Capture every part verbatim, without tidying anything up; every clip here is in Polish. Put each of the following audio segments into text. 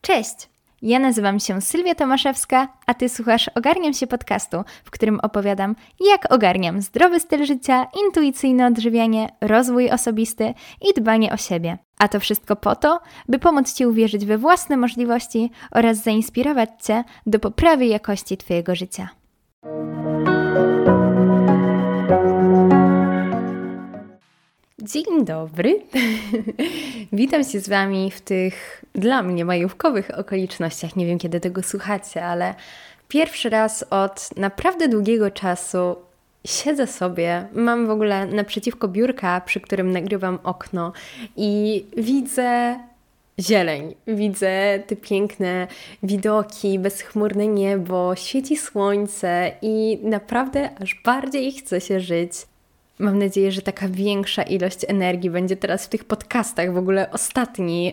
Cześć! Ja nazywam się Sylwia Tomaszewska, a Ty słuchasz Ogarniam się podcastu, w którym opowiadam, jak ogarniam zdrowy styl życia, intuicyjne odżywianie, rozwój osobisty i dbanie o siebie. A to wszystko po to, by pomóc Ci uwierzyć we własne możliwości oraz zainspirować Cię do poprawy jakości Twojego życia. Dzień dobry! Witam się z Wami w tych dla mnie majówkowych okolicznościach. Nie wiem, kiedy tego słuchacie, ale pierwszy raz od naprawdę długiego czasu siedzę sobie, mam w ogóle naprzeciwko biurka, przy którym nagrywam okno i widzę zieleń, widzę te piękne widoki, bezchmurne niebo, świeci słońce i naprawdę aż bardziej chce się żyć. Mam nadzieję, że taka większa ilość energii będzie teraz w tych podcastach. W ogóle ostatni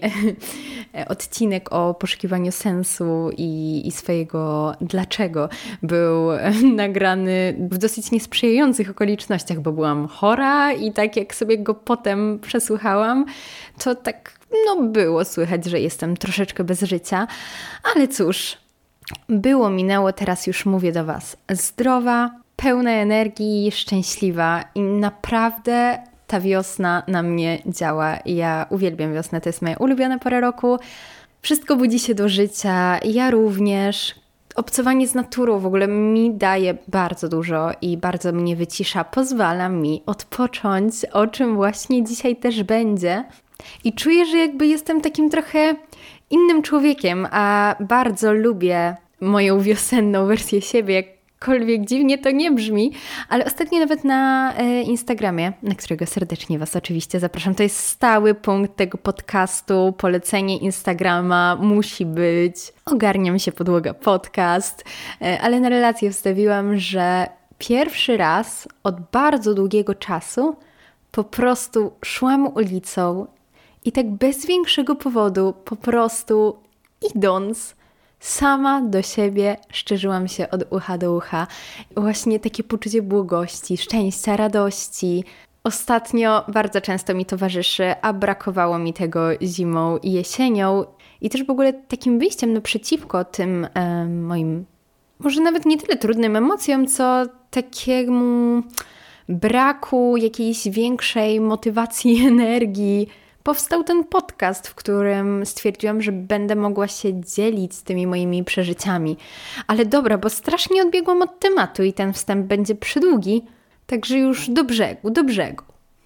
odcinek o poszukiwaniu sensu i, i swojego dlaczego był nagrany w dosyć niesprzyjających okolicznościach, bo byłam chora i tak jak sobie go potem przesłuchałam, to tak no było słychać, że jestem troszeczkę bez życia. Ale cóż, było, minęło, teraz już mówię do Was zdrowa, pełna energii, szczęśliwa i naprawdę ta wiosna na mnie działa. Ja uwielbiam wiosnę, to jest moja ulubiona pora roku. Wszystko budzi się do życia, ja również. Obcowanie z naturą w ogóle mi daje bardzo dużo i bardzo mnie wycisza, pozwala mi odpocząć, o czym właśnie dzisiaj też będzie. I czuję, że jakby jestem takim trochę innym człowiekiem, a bardzo lubię moją wiosenną wersję siebie, jakkolwiek dziwnie to nie brzmi, ale ostatnio nawet na e, Instagramie, na którego serdecznie Was oczywiście zapraszam, to jest stały punkt tego podcastu, polecenie Instagrama musi być, Ogarniam się podłoga podcast, e, ale na relację wstawiłam, że pierwszy raz od bardzo długiego czasu po prostu szłam ulicą i tak bez większego powodu, po prostu idąc, sama do siebie szczerzyłam się od ucha do ucha. Właśnie takie poczucie błogości, szczęścia, radości. Ostatnio bardzo często mi towarzyszy, a brakowało mi tego zimą i jesienią. I też w ogóle takim wyjściem naprzeciwko tym e, moim, może nawet nie tyle trudnym emocjom, co takiemu braku jakiejś większej motywacji, energii, powstał ten podcast, w którym stwierdziłam, że będę mogła się dzielić z tymi moimi przeżyciami. Ale dobra, bo strasznie odbiegłam od tematu i ten wstęp będzie przydługi, także już do brzegu, do brzegu.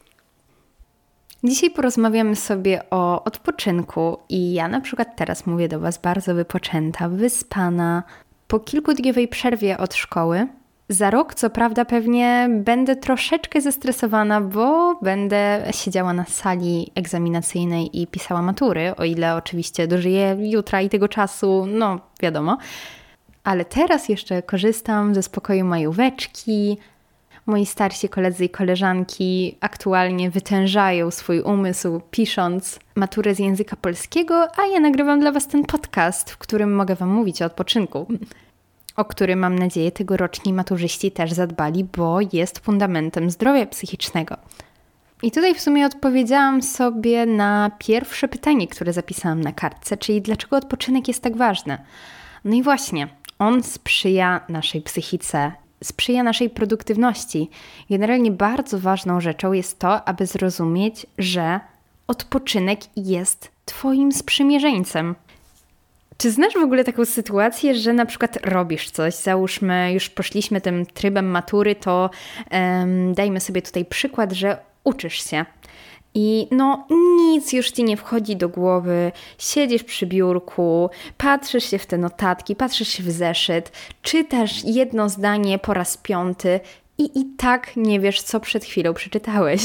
Dzisiaj porozmawiamy sobie o odpoczynku i ja na przykład teraz mówię do Was bardzo wypoczęta, wyspana, po kilkudniowej przerwie od szkoły. Za rok, co prawda, pewnie będę troszeczkę zestresowana, bo będę siedziała na sali egzaminacyjnej i pisała matury, o ile oczywiście dożyję jutra i tego czasu, no wiadomo. Ale teraz jeszcze korzystam ze spokoju majóweczki. Moi starsi koledzy i koleżanki aktualnie wytężają swój umysł, pisząc maturę z języka polskiego, a ja nagrywam dla Was ten podcast, w którym mogę Wam mówić o odpoczynku, o który mam nadzieję tegoroczni maturzyści też zadbali, bo jest fundamentem zdrowia psychicznego. I tutaj w sumie odpowiedziałam sobie na pierwsze pytanie, które zapisałam na kartce, czyli dlaczego odpoczynek jest tak ważny. No i właśnie, on sprzyja naszej psychice, sprzyja naszej produktywności. Generalnie bardzo ważną rzeczą jest to, aby zrozumieć, że odpoczynek jest Twoim sprzymierzeńcem. Czy znasz w ogóle taką sytuację, że na przykład robisz coś, załóżmy, już poszliśmy tym trybem matury, to um, dajmy sobie tutaj przykład, że uczysz się i no nic już Ci nie wchodzi do głowy, siedzisz przy biurku, patrzysz się w te notatki, patrzysz się w zeszyt, czytasz jedno zdanie po raz piąty i i tak nie wiesz, co przed chwilą przeczytałeś.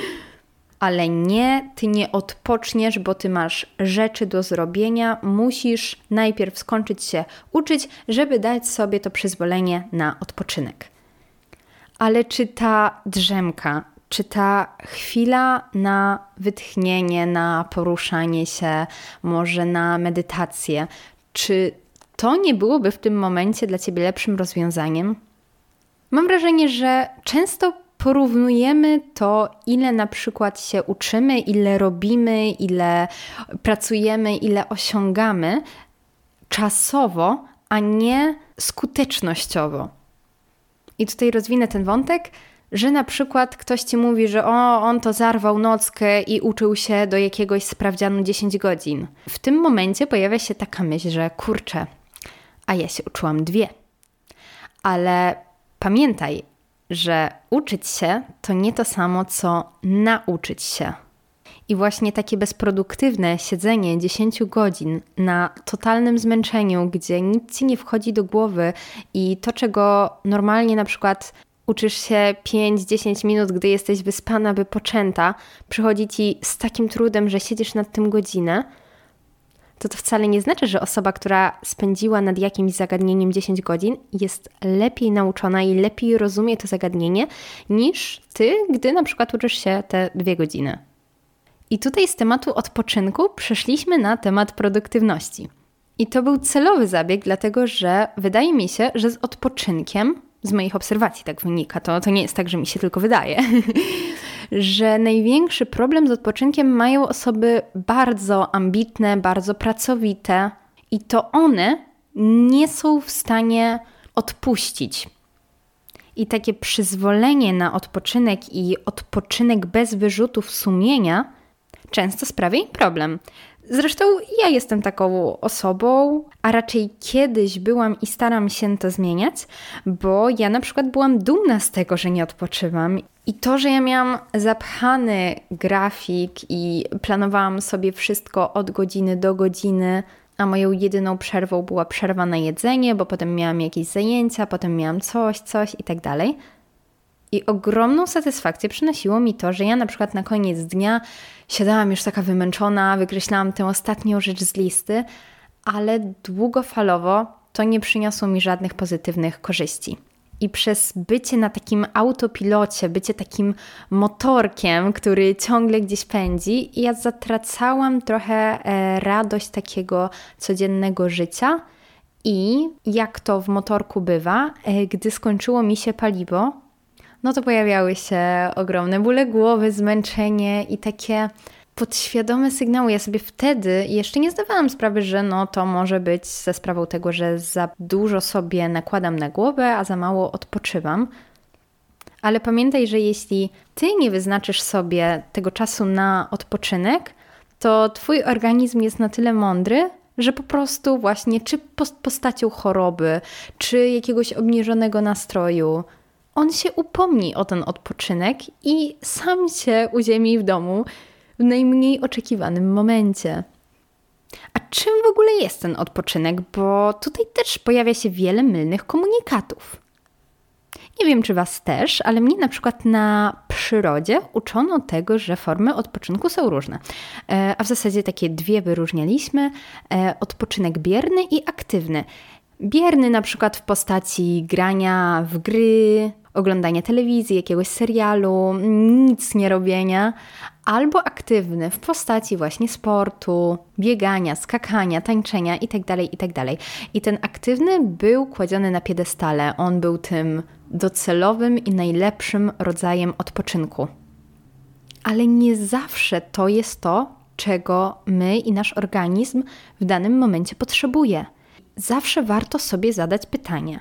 Ale nie, Ty nie odpoczniesz, bo Ty masz rzeczy do zrobienia, musisz najpierw skończyć się uczyć, żeby dać sobie to przyzwolenie na odpoczynek. Ale czy ta drzemka, czy ta chwila na wytchnienie, na poruszanie się, może na medytację, czy to nie byłoby w tym momencie dla Ciebie lepszym rozwiązaniem? Mam wrażenie, że często porównujemy to, ile na przykład się uczymy, ile robimy, ile pracujemy, ile osiągamy czasowo, a nie skutecznościowo. I tutaj rozwinę ten wątek, że na przykład ktoś ci mówi, że o, on to zarwał nockę i uczył się do jakiegoś sprawdzianu dziesięć godzin. W tym momencie pojawia się taka myśl, że kurczę, a ja się uczyłam dwie. Ale pamiętaj, że uczyć się to nie to samo, co nauczyć się. I właśnie takie bezproduktywne siedzenie dziesięć godzin na totalnym zmęczeniu, gdzie nic ci nie wchodzi do głowy i to, czego normalnie na przykład uczysz się pięć do dziesięciu minut, gdy jesteś wyspana, wypoczęta, przychodzi ci z takim trudem, że siedzisz nad tym godzinę, to to wcale nie znaczy, że osoba, która spędziła nad jakimś zagadnieniem dziesięć godzin, jest lepiej nauczona i lepiej rozumie to zagadnienie niż ty, gdy na przykład uczysz się te dwie godziny. I tutaj z tematu odpoczynku przeszliśmy na temat produktywności. I to był celowy zabieg, dlatego że wydaje mi się, że z odpoczynkiem, z moich obserwacji tak wynika, to, to nie jest tak, że mi się tylko wydaje, że największy problem z odpoczynkiem mają osoby bardzo ambitne, bardzo pracowite i to one nie są w stanie odpuścić. I takie przyzwolenie na odpoczynek i odpoczynek bez wyrzutów sumienia często sprawia im problem. Zresztą ja jestem taką osobą, a raczej kiedyś byłam i staram się to zmieniać, bo ja na przykład byłam dumna z tego, że nie odpoczywam. I to, że ja miałam zapchany grafik i planowałam sobie wszystko od godziny do godziny, a moją jedyną przerwą była przerwa na jedzenie, bo potem miałam jakieś zajęcia, potem miałam coś, coś i tak dalej. I ogromną satysfakcję przynosiło mi to, że ja na przykład na koniec dnia siadałam już taka wymęczona, wykreślałam tę ostatnią rzecz z listy, ale długofalowo to nie przyniosło mi żadnych pozytywnych korzyści. I przez bycie na takim autopilocie, bycie takim motorkiem, który ciągle gdzieś pędzi, ja zatracałam trochę e, radość takiego codziennego życia. I jak to w motorku bywa, e, gdy skończyło mi się paliwo, no to pojawiały się ogromne bóle głowy, zmęczenie i takie podświadome sygnały. Ja sobie wtedy jeszcze nie zdawałam sprawy, że no to może być ze sprawą tego, że za dużo sobie nakładam na głowę, a za mało odpoczywam. Ale pamiętaj, że jeśli ty nie wyznaczysz sobie tego czasu na odpoczynek, to twój organizm jest na tyle mądry, że po prostu właśnie czy postacią choroby, czy jakiegoś obniżonego nastroju, on się upomni o ten odpoczynek i sam się uziemi w domu w najmniej oczekiwanym momencie. A czym w ogóle jest ten odpoczynek? Bo tutaj też pojawia się wiele mylnych komunikatów. Nie wiem, czy was też, ale mnie na przykład na przyrodzie uczono tego, że formy odpoczynku są różne. A w zasadzie takie dwie wyróżnialiśmy. Odpoczynek bierny i aktywny. Bierny na przykład w postaci grania w gry, oglądania telewizji, jakiegoś serialu, nic nie robienia, albo aktywny w postaci właśnie sportu, biegania, skakania, tańczenia itd., itd. I ten aktywny był kładziony na piedestale. On był tym docelowym i najlepszym rodzajem odpoczynku. Ale nie zawsze to jest to, czego my i nasz organizm w danym momencie potrzebuje. Zawsze warto sobie zadać pytanie,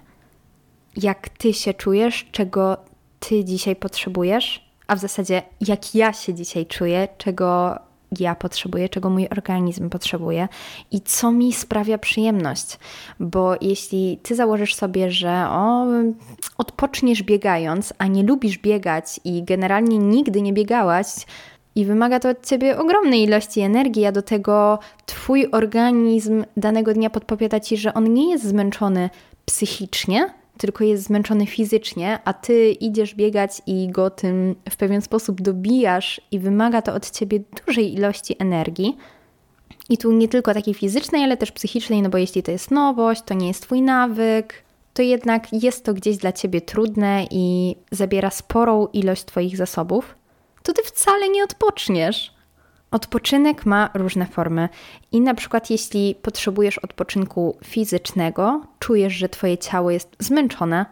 jak ty się czujesz, czego ty dzisiaj potrzebujesz, a w zasadzie jak ja się dzisiaj czuję, czego ja potrzebuję, czego mój organizm potrzebuje i co mi sprawia przyjemność. Bo jeśli ty założysz sobie, że o, odpoczniesz biegając, a nie lubisz biegać i generalnie nigdy nie biegałaś, i wymaga to od ciebie ogromnej ilości energii, a do tego twój organizm danego dnia podpowiada ci, że on nie jest zmęczony psychicznie, tylko jest zmęczony fizycznie, a ty idziesz biegać i go tym w pewien sposób dobijasz i wymaga to od ciebie dużej ilości energii. I tu nie tylko takiej fizycznej, ale też psychicznej, no bo jeśli to jest nowość, to nie jest twój nawyk, to jednak jest to gdzieś dla ciebie trudne i zabiera sporą ilość twoich zasobów, to ty wcale nie odpoczniesz. Odpoczynek ma różne formy i na przykład jeśli potrzebujesz odpoczynku fizycznego, czujesz, że twoje ciało jest zmęczone,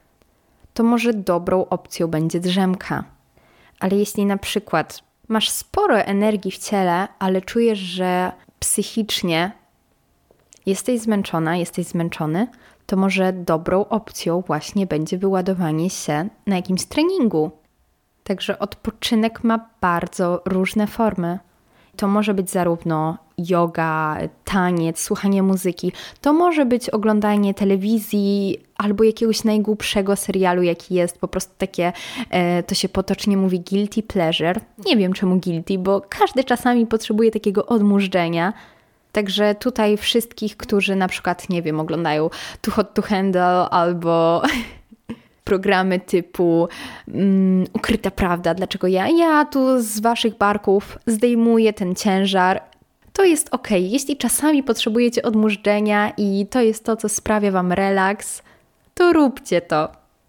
to może dobrą opcją będzie drzemka. Ale jeśli na przykład masz sporo energii w ciele, ale czujesz, że psychicznie jesteś zmęczona, jesteś zmęczony, to może dobrą opcją właśnie będzie wyładowanie się na jakimś treningu. Także odpoczynek ma bardzo różne formy. To może być zarówno yoga, taniec, słuchanie muzyki. To może być oglądanie telewizji albo jakiegoś najgłupszego serialu, jaki jest. Po prostu takie, e, to się potocznie mówi guilty pleasure. Nie wiem czemu guilty, bo każdy czasami potrzebuje takiego odmurzdzenia. Także tutaj wszystkich, którzy na przykład, nie wiem, oglądają Too Hot to Handle albo programy typu um, Ukryta Prawda, dlaczego ja, ja tu z waszych barków zdejmuję ten ciężar. To jest okej, jeśli czasami potrzebujecie odmurzdzenia i to jest to, co sprawia wam relaks, to róbcie to.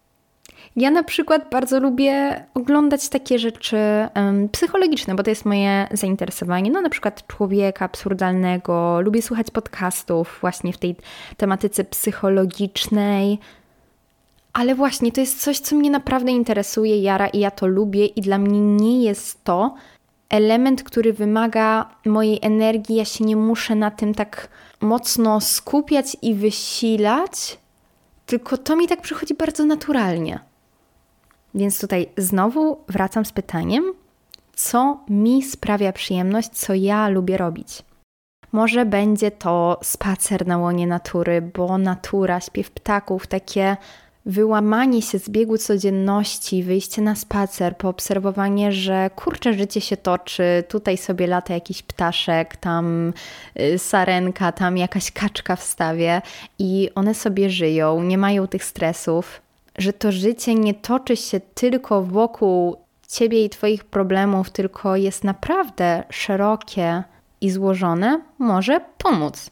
Ja na przykład bardzo lubię oglądać takie rzeczy um, psychologiczne, bo to jest moje zainteresowanie. No na przykład Człowieka Absurdalnego, lubię słuchać podcastów właśnie w tej tematyce psychologicznej. Ale właśnie to jest coś, co mnie naprawdę interesuje, jara i ja to lubię i dla mnie nie jest to element, który wymaga mojej energii. Ja się nie muszę na tym tak mocno skupiać i wysilać, tylko to mi tak przychodzi bardzo naturalnie. Więc tutaj znowu wracam z pytaniem, co mi sprawia przyjemność, co ja lubię robić. Może będzie to spacer na łonie natury, bo natura, śpiew ptaków, takie wyłamanie się z biegu codzienności, wyjście na spacer, poobserwowanie, że kurczę, życie się toczy, tutaj sobie lata jakiś ptaszek, tam sarenka, tam jakaś kaczka w stawie i one sobie żyją, nie mają tych stresów, że to życie nie toczy się tylko wokół ciebie i twoich problemów, tylko jest naprawdę szerokie i złożone, może pomóc.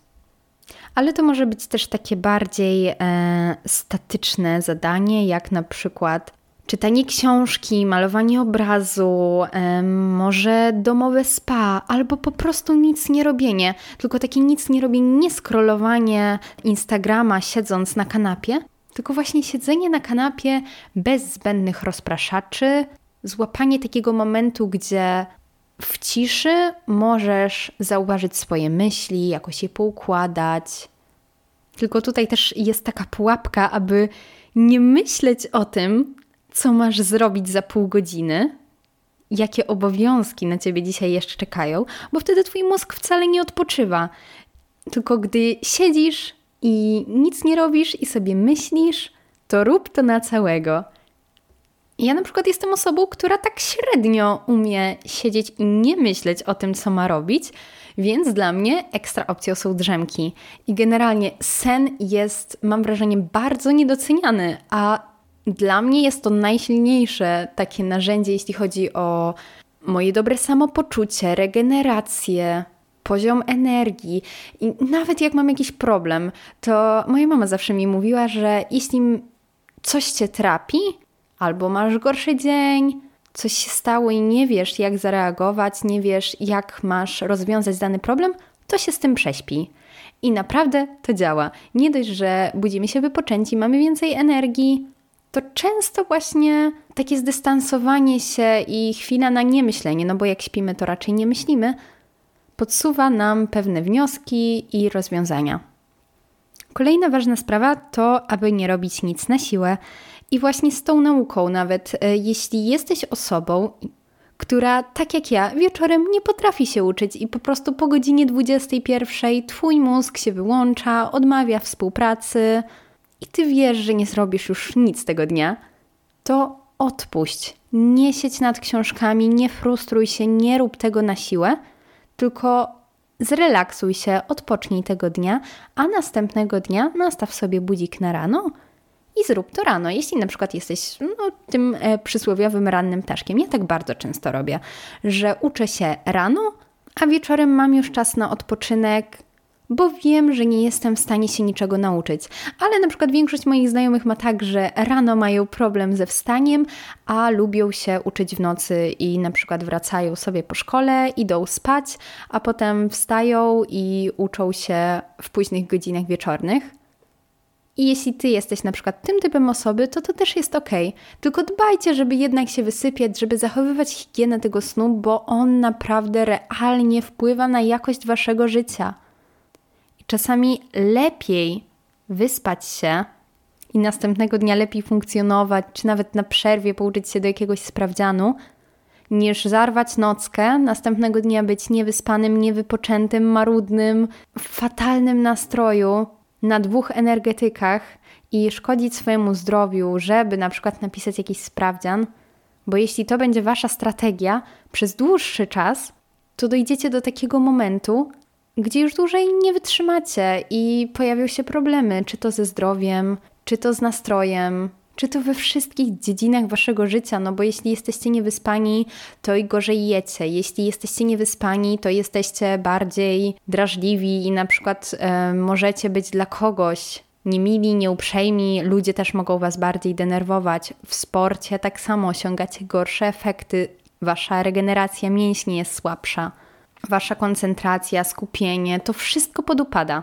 Ale to może być też takie bardziej e, statyczne zadanie, jak na przykład czytanie książki, malowanie obrazu, e, może domowe spa, albo po prostu nic nie robienie. Tylko takie nic nie robienie, nie scrollowanie Instagrama siedząc na kanapie, tylko właśnie siedzenie na kanapie bez zbędnych rozpraszaczy, złapanie takiego momentu, gdzie w ciszy możesz zauważyć swoje myśli, jakoś je poukładać. Tylko tutaj też jest taka pułapka, aby nie myśleć o tym, co masz zrobić za pół godziny, jakie obowiązki na ciebie dzisiaj jeszcze czekają, bo wtedy twój mózg wcale nie odpoczywa. Tylko gdy siedzisz i nic nie robisz i sobie myślisz, to rób to na całego. Ja na przykład jestem osobą, która tak średnio umie siedzieć i nie myśleć o tym, co ma robić, więc dla mnie ekstra opcją są drzemki. I generalnie sen jest, mam wrażenie, bardzo niedoceniany, a dla mnie jest to najsilniejsze takie narzędzie, jeśli chodzi o moje dobre samopoczucie, regenerację, poziom energii. I nawet jak mam jakiś problem, to moja mama zawsze mi mówiła, że jeśli coś cię trapi, albo masz gorszy dzień, coś się stało i nie wiesz, jak zareagować, nie wiesz, jak masz rozwiązać dany problem, to się z tym prześpij. I naprawdę to działa. Nie dość, że budzimy się wypoczęci, mamy więcej energii, to często właśnie takie zdystansowanie się i chwila na niemyślenie, no bo jak śpimy, to raczej nie myślimy, podsuwa nam pewne wnioski i rozwiązania. Kolejna ważna sprawa to, aby nie robić nic na siłę. I właśnie z tą nauką nawet, jeśli jesteś osobą, która tak jak ja wieczorem nie potrafi się uczyć i po prostu po godzinie dwudziestej pierwszej twój mózg się wyłącza, odmawia współpracy i ty wiesz, że nie zrobisz już nic tego dnia, to odpuść. Nie siedź nad książkami, nie frustruj się, nie rób tego na siłę, tylko zrelaksuj się, odpocznij tego dnia, a następnego dnia nastaw sobie budzik na rano i zrób to rano. Jeśli na przykład jesteś no, tym e, przysłowiowym rannym ptaszkiem, ja tak bardzo często robię, że uczę się rano, a wieczorem mam już czas na odpoczynek, bo wiem, że nie jestem w stanie się niczego nauczyć. Ale na przykład większość moich znajomych ma tak, że rano mają problem ze wstaniem, a lubią się uczyć w nocy i na przykład wracają sobie po szkole, idą spać, a potem wstają i uczą się w późnych godzinach wieczornych. I jeśli ty jesteś na przykład tym typem osoby, to to też jest okej. Tylko dbajcie, żeby jednak się wysypiać, żeby zachowywać higienę tego snu, bo on naprawdę realnie wpływa na jakość waszego życia. Czasami lepiej wyspać się i następnego dnia lepiej funkcjonować, czy nawet na przerwie pouczyć się do jakiegoś sprawdzianu, niż zarwać nockę, następnego dnia być niewyspanym, niewypoczętym, marudnym, w fatalnym nastroju, na dwóch energetykach i szkodzić swojemu zdrowiu, żeby na przykład napisać jakiś sprawdzian, bo jeśli to będzie wasza strategia przez dłuższy czas, to dojdziecie do takiego momentu, gdzie już dłużej nie wytrzymacie i pojawią się problemy, czy to ze zdrowiem, czy to z nastrojem, czy to we wszystkich dziedzinach waszego życia, no bo jeśli jesteście niewyspani, to i gorzej jecie. Jeśli jesteście niewyspani, to jesteście bardziej drażliwi i na przykład e, możecie być dla kogoś niemili, nieuprzejmi, ludzie też mogą was bardziej denerwować. W sporcie tak samo osiągacie gorsze efekty, wasza regeneracja mięśni jest słabsza, wasza koncentracja, skupienie, to wszystko podupada.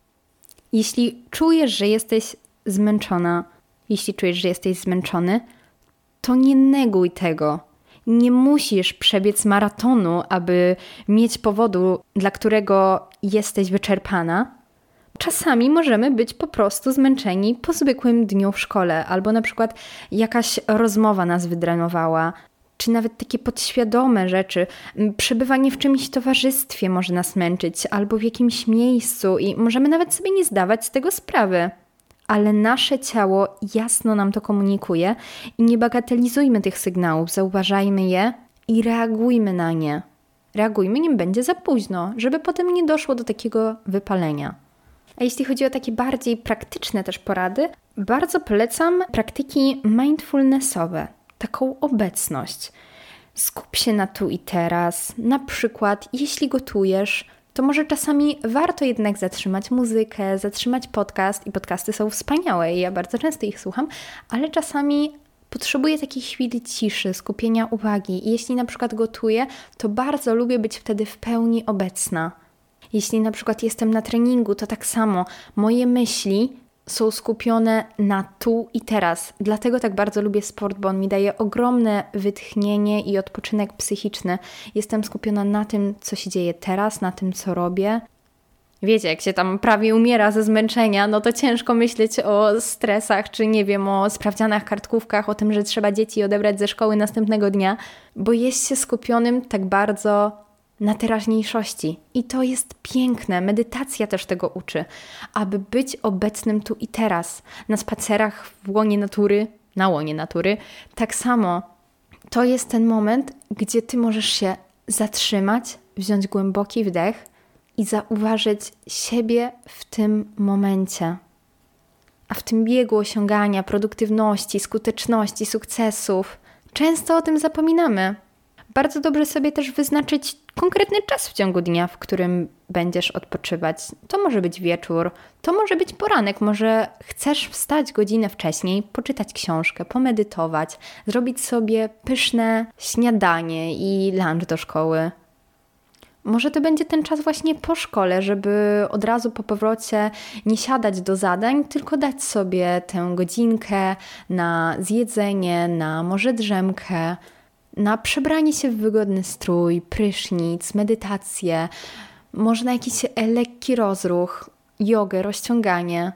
Jeśli czujesz, że jesteś zmęczona, jeśli czujesz, że jesteś zmęczony, to nie neguj tego. Nie musisz przebiec maratonu, aby mieć powodu, dla którego jesteś wyczerpana. Czasami możemy być po prostu zmęczeni po zwykłym dniu w szkole, albo na przykład jakaś rozmowa nas wydrenowała, czy nawet takie podświadome rzeczy. Przebywanie w czymś towarzystwie może nas męczyć, albo w jakimś miejscu i możemy nawet sobie nie zdawać z tego sprawy. Ale nasze ciało jasno nam to komunikuje i nie bagatelizujmy tych sygnałów, zauważajmy je i reagujmy na nie. Reagujmy, nim będzie za późno, żeby potem nie doszło do takiego wypalenia. A jeśli chodzi o takie bardziej praktyczne też porady, bardzo polecam praktyki mindfulnessowe, taką obecność. Skup się na tu i teraz. Na przykład, jeśli gotujesz, to może czasami warto jednak zatrzymać muzykę, zatrzymać podcast i podcasty są wspaniałe i ja bardzo często ich słucham, ale czasami potrzebuję takiej chwili ciszy, skupienia uwagi i jeśli na przykład gotuję, to bardzo lubię być wtedy w pełni obecna. Jeśli na przykład jestem na treningu, to tak samo moje myśli są skupione na tu i teraz. Dlatego tak bardzo lubię sport, bo on mi daje ogromne wytchnienie i odpoczynek psychiczny. Jestem skupiona na tym, co się dzieje teraz, na tym, co robię. Wiecie, jak się tam prawie umiera ze zmęczenia, no to ciężko myśleć o stresach, czy nie wiem, o sprawdzianach, kartkówkach, o tym, że trzeba dzieci odebrać ze szkoły następnego dnia, bo jest się skupionym tak bardzo na teraźniejszości. I to jest piękne. Medytacja też tego uczy, aby być obecnym tu i teraz. Na spacerach w łonie natury, na łonie natury, tak samo. To jest ten moment, gdzie ty możesz się zatrzymać, wziąć głęboki wdech i zauważyć siebie w tym momencie. A w tym biegu osiągania produktywności, skuteczności, sukcesów często o tym zapominamy. Bardzo dobrze sobie też wyznaczyć konkretny czas w ciągu dnia, w którym będziesz odpoczywać. To może być wieczór, to może być poranek, może chcesz wstać godzinę wcześniej, poczytać książkę, pomedytować, zrobić sobie pyszne śniadanie i lunch do szkoły. Może to będzie ten czas właśnie po szkole, żeby od razu po powrocie nie siadać do zadań, tylko dać sobie tę godzinkę na zjedzenie, na może drzemkę, na przebranie się w wygodny strój, prysznic, medytację, może na jakiś lekki rozruch, jogę, rozciąganie.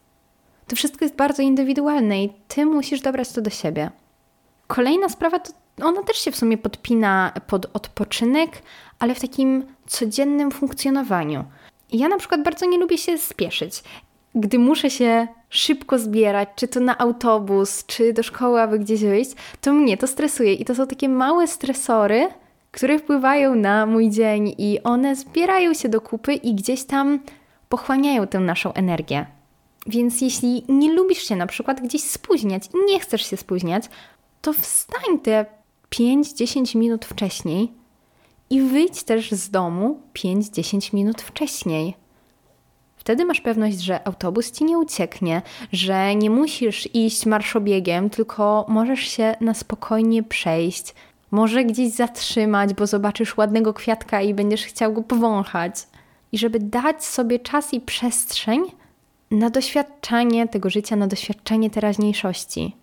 To wszystko jest bardzo indywidualne i ty musisz dobrać to do siebie. Kolejna sprawa to ona też się w sumie podpina pod odpoczynek, ale w takim codziennym funkcjonowaniu. Ja na przykład bardzo nie lubię się spieszyć. Gdy muszę się szybko zbierać, czy to na autobus, czy do szkoły, aby gdzieś wyjść, to mnie to stresuje. I to są takie małe stresory, które wpływają na mój dzień i one zbierają się do kupy i gdzieś tam pochłaniają tę naszą energię. Więc jeśli nie lubisz się na przykład gdzieś spóźniać i nie chcesz się spóźniać, to wstań te pięć do dziesięciu minut wcześniej i wyjdź też z domu pięć do dziesięciu minut wcześniej. Wtedy masz pewność, że autobus ci nie ucieknie, że nie musisz iść marszobiegiem, tylko możesz się na spokojnie przejść, może gdzieś zatrzymać, bo zobaczysz ładnego kwiatka i będziesz chciał go powąchać. I żeby dać sobie czas i przestrzeń na doświadczanie tego życia, na doświadczenie teraźniejszości.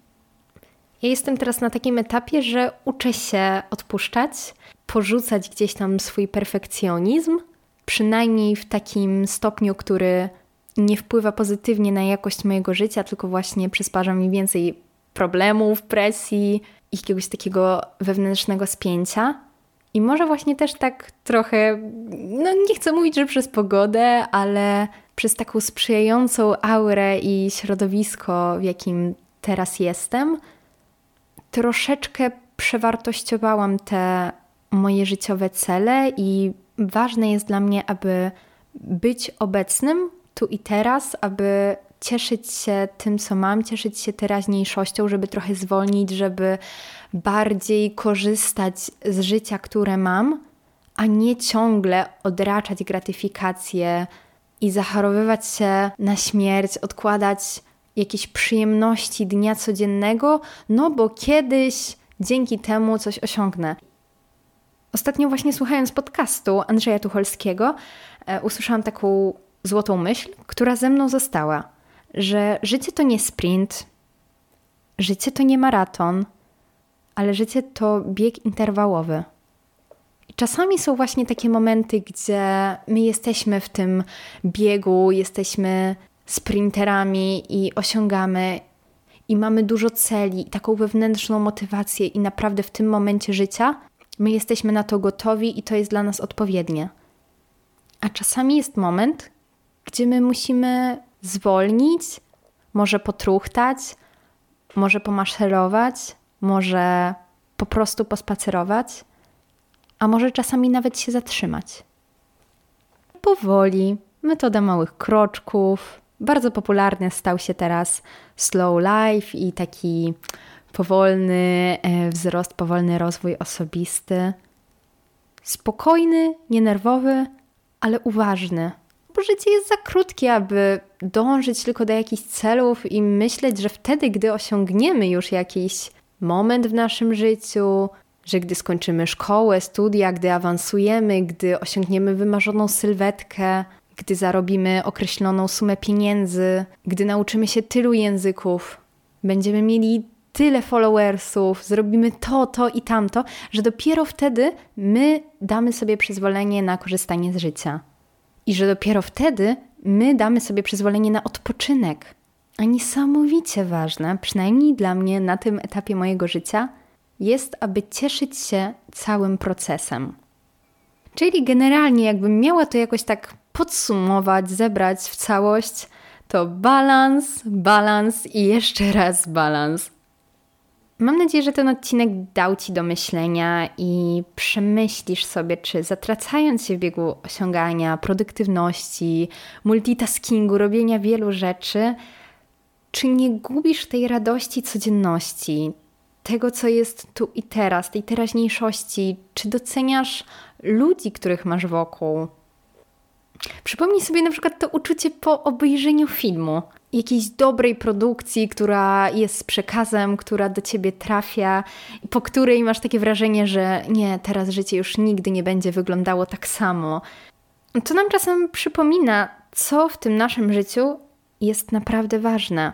Ja jestem teraz na takim etapie, że uczę się odpuszczać, porzucać gdzieś tam swój perfekcjonizm przynajmniej w takim stopniu, który nie wpływa pozytywnie na jakość mojego życia, tylko właśnie przysparza mi więcej problemów, presji, jakiegoś takiego wewnętrznego spięcia. I może właśnie też tak trochę, no nie chcę mówić, że przez pogodę, ale przez taką sprzyjającą aurę i środowisko, w jakim teraz jestem, troszeczkę przewartościowałam te moje życiowe cele i ważne jest dla mnie, aby być obecnym tu i teraz, aby cieszyć się tym, co mam, cieszyć się teraźniejszością, żeby trochę zwolnić, żeby bardziej korzystać z życia, które mam, a nie ciągle odraczać gratyfikację i zachorowywać się na śmierć, odkładać jakieś przyjemności dnia codziennego, no bo kiedyś dzięki temu coś osiągnę. Ostatnio właśnie słuchając podcastu Andrzeja Tucholskiego e, usłyszałam taką złotą myśl, która ze mną została, że życie to nie sprint, życie to nie maraton, ale życie to bieg interwałowy. I czasami są właśnie takie momenty, gdzie my jesteśmy w tym biegu, jesteśmy sprinterami i osiągamy i mamy dużo celi i taką wewnętrzną motywację i naprawdę w tym momencie życia my jesteśmy na to gotowi i to jest dla nas odpowiednie. A czasami jest moment, gdzie my musimy zwolnić, może potruchtać, może pomaszerować, może po prostu pospacerować, a może czasami nawet się zatrzymać. Powoli, metoda małych kroczków. Bardzo popularny stał się teraz slow life i taki powolny wzrost, powolny rozwój osobisty. Spokojny, nienerwowy, ale uważny. Bo życie jest za krótkie, aby dążyć tylko do jakichś celów i myśleć, że wtedy, gdy osiągniemy już jakiś moment w naszym życiu, że gdy skończymy szkołę, studia, gdy awansujemy, gdy osiągniemy wymarzoną sylwetkę, gdy zarobimy określoną sumę pieniędzy, gdy nauczymy się tylu języków, będziemy mieli tyle followersów, zrobimy to, to i tamto, że dopiero wtedy my damy sobie przyzwolenie na korzystanie z życia. I że dopiero wtedy my damy sobie przyzwolenie na odpoczynek. A niesamowicie ważne, przynajmniej dla mnie na tym etapie mojego życia, jest, aby cieszyć się całym procesem. Czyli generalnie jakbym miała to jakoś tak podsumować, zebrać w całość, to balans, balans i jeszcze raz balans. Mam nadzieję, że ten odcinek dał Ci do myślenia i przemyślisz sobie, czy zatracając się w biegu osiągania, produktywności, multitaskingu, robienia wielu rzeczy, czy nie gubisz tej radości codzienności, tego, co jest tu i teraz, tej teraźniejszości, czy doceniasz ludzi, których masz wokół. Przypomnij sobie na przykład to uczucie po obejrzeniu filmu, jakiejś dobrej produkcji, która jest z przekazem, która do Ciebie trafia, po której masz takie wrażenie, że nie, teraz życie już nigdy nie będzie wyglądało tak samo. To nam czasem przypomina, co w tym naszym życiu jest naprawdę ważne.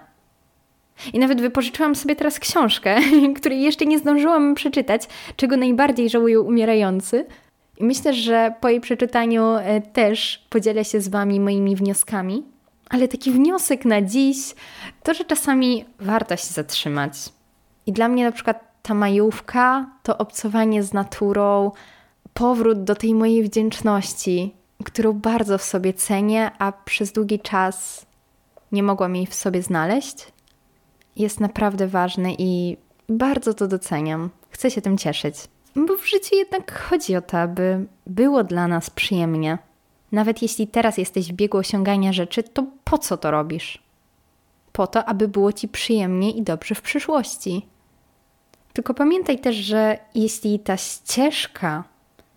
I nawet wypożyczyłam sobie teraz książkę, której jeszcze nie zdążyłam przeczytać, czego najbardziej żałują umierający. I myślę, że po jej przeczytaniu też podzielę się z Wami moimi wnioskami. Ale taki wniosek na dziś to, że czasami warto się zatrzymać. I dla mnie na przykład ta majówka, to obcowanie z naturą, powrót do tej mojej wdzięczności, którą bardzo w sobie cenię, a przez długi czas nie mogłam jej w sobie znaleźć, jest naprawdę ważny i bardzo to doceniam. Chcę się tym cieszyć. Bo w życiu jednak chodzi o to, aby było dla nas przyjemnie. Nawet jeśli teraz jesteś w biegu osiągania rzeczy, to po co to robisz? Po to, aby było Ci przyjemnie i dobrze w przyszłości. Tylko pamiętaj też, że jeśli ta ścieżka,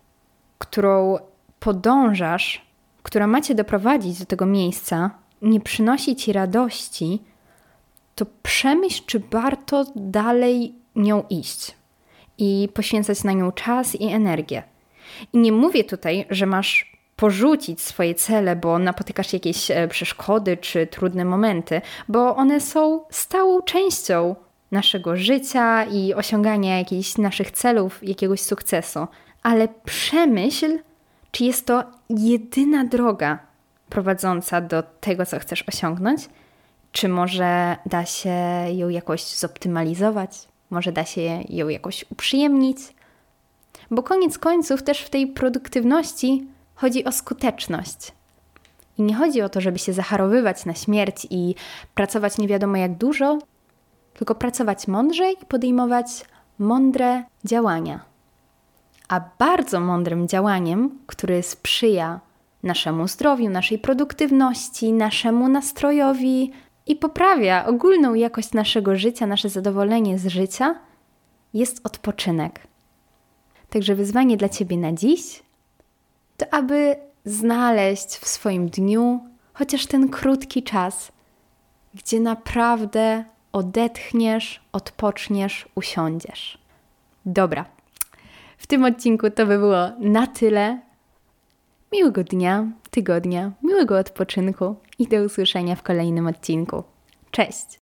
którą podążasz, która ma Cię doprowadzić do tego miejsca, nie przynosi Ci radości, to przemyśl, czy warto dalej nią iść i poświęcać na nią czas i energię. I nie mówię tutaj, że masz porzucić swoje cele, bo napotykasz jakieś przeszkody czy trudne momenty, bo one są stałą częścią naszego życia i osiągania jakichś naszych celów, jakiegoś sukcesu. Ale przemyśl, Czy jest to jedyna droga prowadząca do tego, co chcesz osiągnąć? Czy może da się ją jakoś zoptymalizować? Może da się ją jakoś uprzyjemnić? Bo koniec końców też w tej produktywności chodzi o skuteczność. I nie chodzi o to, żeby się zacharowywać na śmierć i pracować nie wiadomo jak dużo, tylko pracować mądrze i podejmować mądre działania. A bardzo mądrym działaniem, które sprzyja naszemu zdrowiu, naszej produktywności, naszemu nastrojowi i poprawia ogólną jakość naszego życia, nasze zadowolenie z życia, jest odpoczynek. Także wyzwanie dla Ciebie na dziś to, aby znaleźć w swoim dniu chociaż ten krótki czas, gdzie naprawdę odetchniesz, odpoczniesz, usiądziesz. Dobra, w tym odcinku to by było na tyle. Miłego dnia, tygodnia, miłego odpoczynku i do usłyszenia w kolejnym odcinku. Cześć!